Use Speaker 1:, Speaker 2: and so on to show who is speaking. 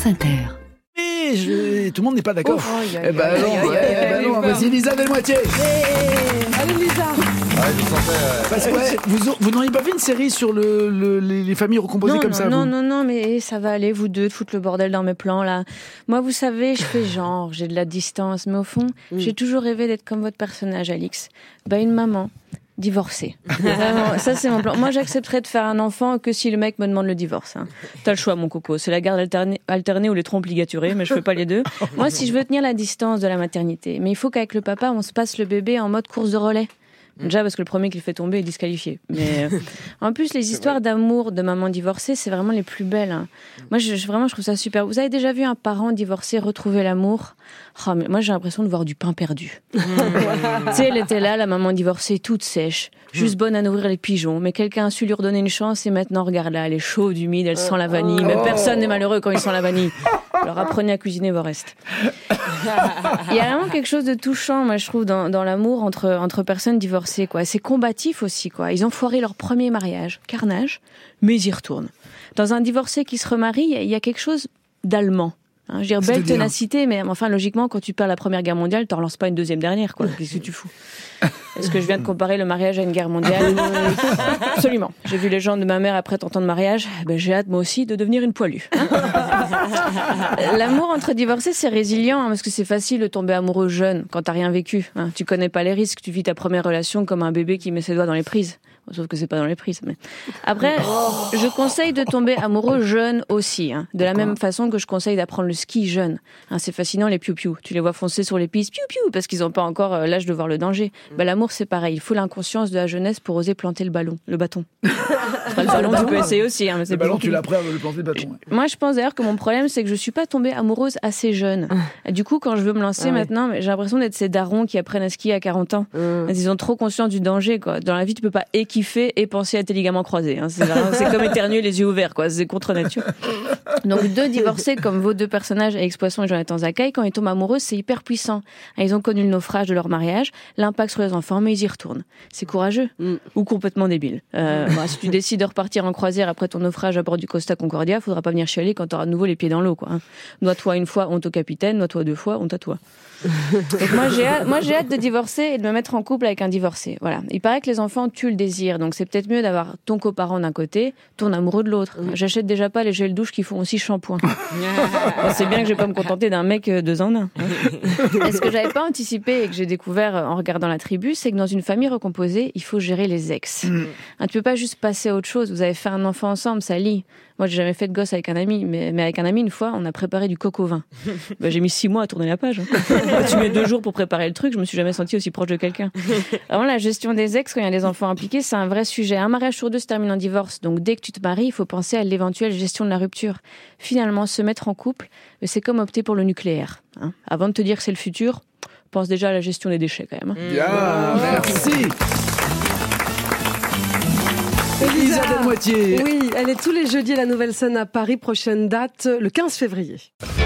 Speaker 1: France Inter.
Speaker 2: Mais tout le monde n'est pas d'accord.
Speaker 3: Non,
Speaker 2: vas-y Lisa Delmoitier.
Speaker 3: Allez Lisa.
Speaker 2: Parce que vous n'auriez pas fait une série sur les familles recomposées comme ça?
Speaker 4: Non, mais ça va aller, vous deux, de foutre le bordel dans mes plans, là. Moi, vous savez, je fais genre, j'ai de la distance, mais au fond, j'ai toujours rêvé d'être comme votre personnage, Alix. Une maman divorcée. Vraiment, ça, c'est mon plan. Moi, j'accepterais de faire un enfant que si le mec me demande le divorce. Hein. T'as le choix, mon coco. C'est la garde alternée ou les trompes ligaturées, mais je fais pas les deux. Moi, si je veux tenir la distance de la maternité, mais il faut qu'avec le papa, on se passe le bébé en mode course de relais. Déjà parce que le premier qui le fait tomber est disqualifié. Mais en plus, les histoires d'amour de maman divorcée, c'est vraiment les plus belles. Hein. Moi, je trouve ça super. Vous avez déjà vu un parent divorcé retrouver l'amour? Mais moi, j'ai l'impression de voir du pain perdu. Tu sais, elle était là, la maman divorcée, toute sèche, juste bonne à nourrir les pigeons. Mais quelqu'un a su lui redonner une chance et maintenant, regarde là, elle est chaude, humide, elle sent la vanille. Mais personne n'est malheureux quand il sent la vanille. Alors apprenez à cuisiner vos restes. Il y a vraiment quelque chose de touchant, moi je trouve, dans l'amour entre personnes divorcées, quoi. C'est combatif aussi, quoi. Ils ont foiré leur premier mariage, carnage, mais ils y retournent. Dans un divorcé qui se remarie, il y a quelque chose d'allemand. Hein, je veux dire, belle ténacité, mais enfin, logiquement, quand tu perds la Première Guerre mondiale, t'en relances pas une deuxième dernière, quoi. Qu'est-ce que tu fous? Est-ce que je viens de comparer le mariage à une guerre mondiale? Absolument. J'ai vu les gens de ma mère après tant de mariage. J'ai hâte, moi aussi, de devenir une poilue. L'amour entre divorcés, c'est résilient, hein, parce que c'est facile de tomber amoureux jeune quand t'as rien vécu. Hein. Tu connais pas les risques, tu vis ta première relation comme un bébé qui met ses doigts dans les prises. Sauf que c'est pas dans les prises. Mais... Après, je conseille de tomber amoureux jeune aussi. Hein. De la même façon que je conseille d'apprendre le ski jeune. Hein, c'est fascinant, les piou-piou. Tu les vois foncer sur les pistes, piou-piou, parce qu'ils ont pas encore l'âge de voir le danger. L'amour, c'est pareil. Il faut l'inconscience de la jeunesse pour oser planter le bâton. Le bâton, tu peux essayer aussi. Hein, mais
Speaker 2: le ballon, tu l'as prêt à le planter le bâton. Ouais.
Speaker 4: Moi, je pense d'ailleurs que mon problème, c'est que je suis pas tombée amoureuse assez jeune. Et du coup, quand je veux me lancer maintenant, j'ai l'impression d'être ces darons qui apprennent à skier à 40 ans. Ils ont trop conscience du danger, quoi. Dans la vie, tu peux pas kiffer et penser à tes ligaments croisés. Hein. C'est comme éternuer les yeux ouverts, quoi. C'est contre nature. Donc, deux divorcés comme vos deux personnages, Alix Poisson et Jonathan Zakaï, quand ils tombent amoureux, c'est hyper puissant. Ils ont connu le naufrage de leur mariage, l'impact sur les enfants, mais ils y retournent. C'est courageux ou complètement débile. Si tu décides de repartir en croisière après ton naufrage à bord du Costa Concordia, faudra pas venir chialer quand t'auras de nouveau les pieds dans l'eau, quoi. Hein. Noie-toi une fois, honte au capitaine, noie-toi deux fois, honte à toi. Donc moi j'ai hâte de divorcer et de me mettre en couple avec un divorcé. Voilà. Il paraît que les enfants tuent le désir, donc c'est peut-être mieux d'avoir ton coparent d'un côté, ton amoureux de l'autre. J'achète déjà pas les gels douche qui font aussi shampoing. C'est bien que je vais pas me contenter d'un mec deux en un. Et ce que j'avais pas anticipé et que j'ai découvert en regardant La Tribu, c'est que dans une famille recomposée, il faut gérer les ex. Tu peux pas juste passer à autre chose. Vous avez fait un enfant ensemble, ça lie. Moi, j'ai jamais fait de gosse avec un ami, mais avec un ami, une fois, on a préparé du coq au vin. J'ai mis 6 mois à tourner la page. Hein. Tu mets 2 jours pour préparer le truc, je me suis jamais sentie aussi proche de quelqu'un. Vraiment, la gestion des ex, quand il y a des enfants impliqués, c'est un vrai sujet. Un mariage sur 2 se termine en divorce. Donc, dès que tu te maries, il faut penser à l'éventuelle gestion de la rupture. Finalement, se mettre en couple, c'est comme opter pour le nucléaire. Hein. Avant de te dire que c'est le futur, pense déjà à la gestion des déchets, quand même. Hein.
Speaker 2: Bien, merci. Lisa Delmoitier.
Speaker 3: Oui, elle est tous les jeudis à la Nouvelle Scène à Paris. Prochaine date, le 15 février.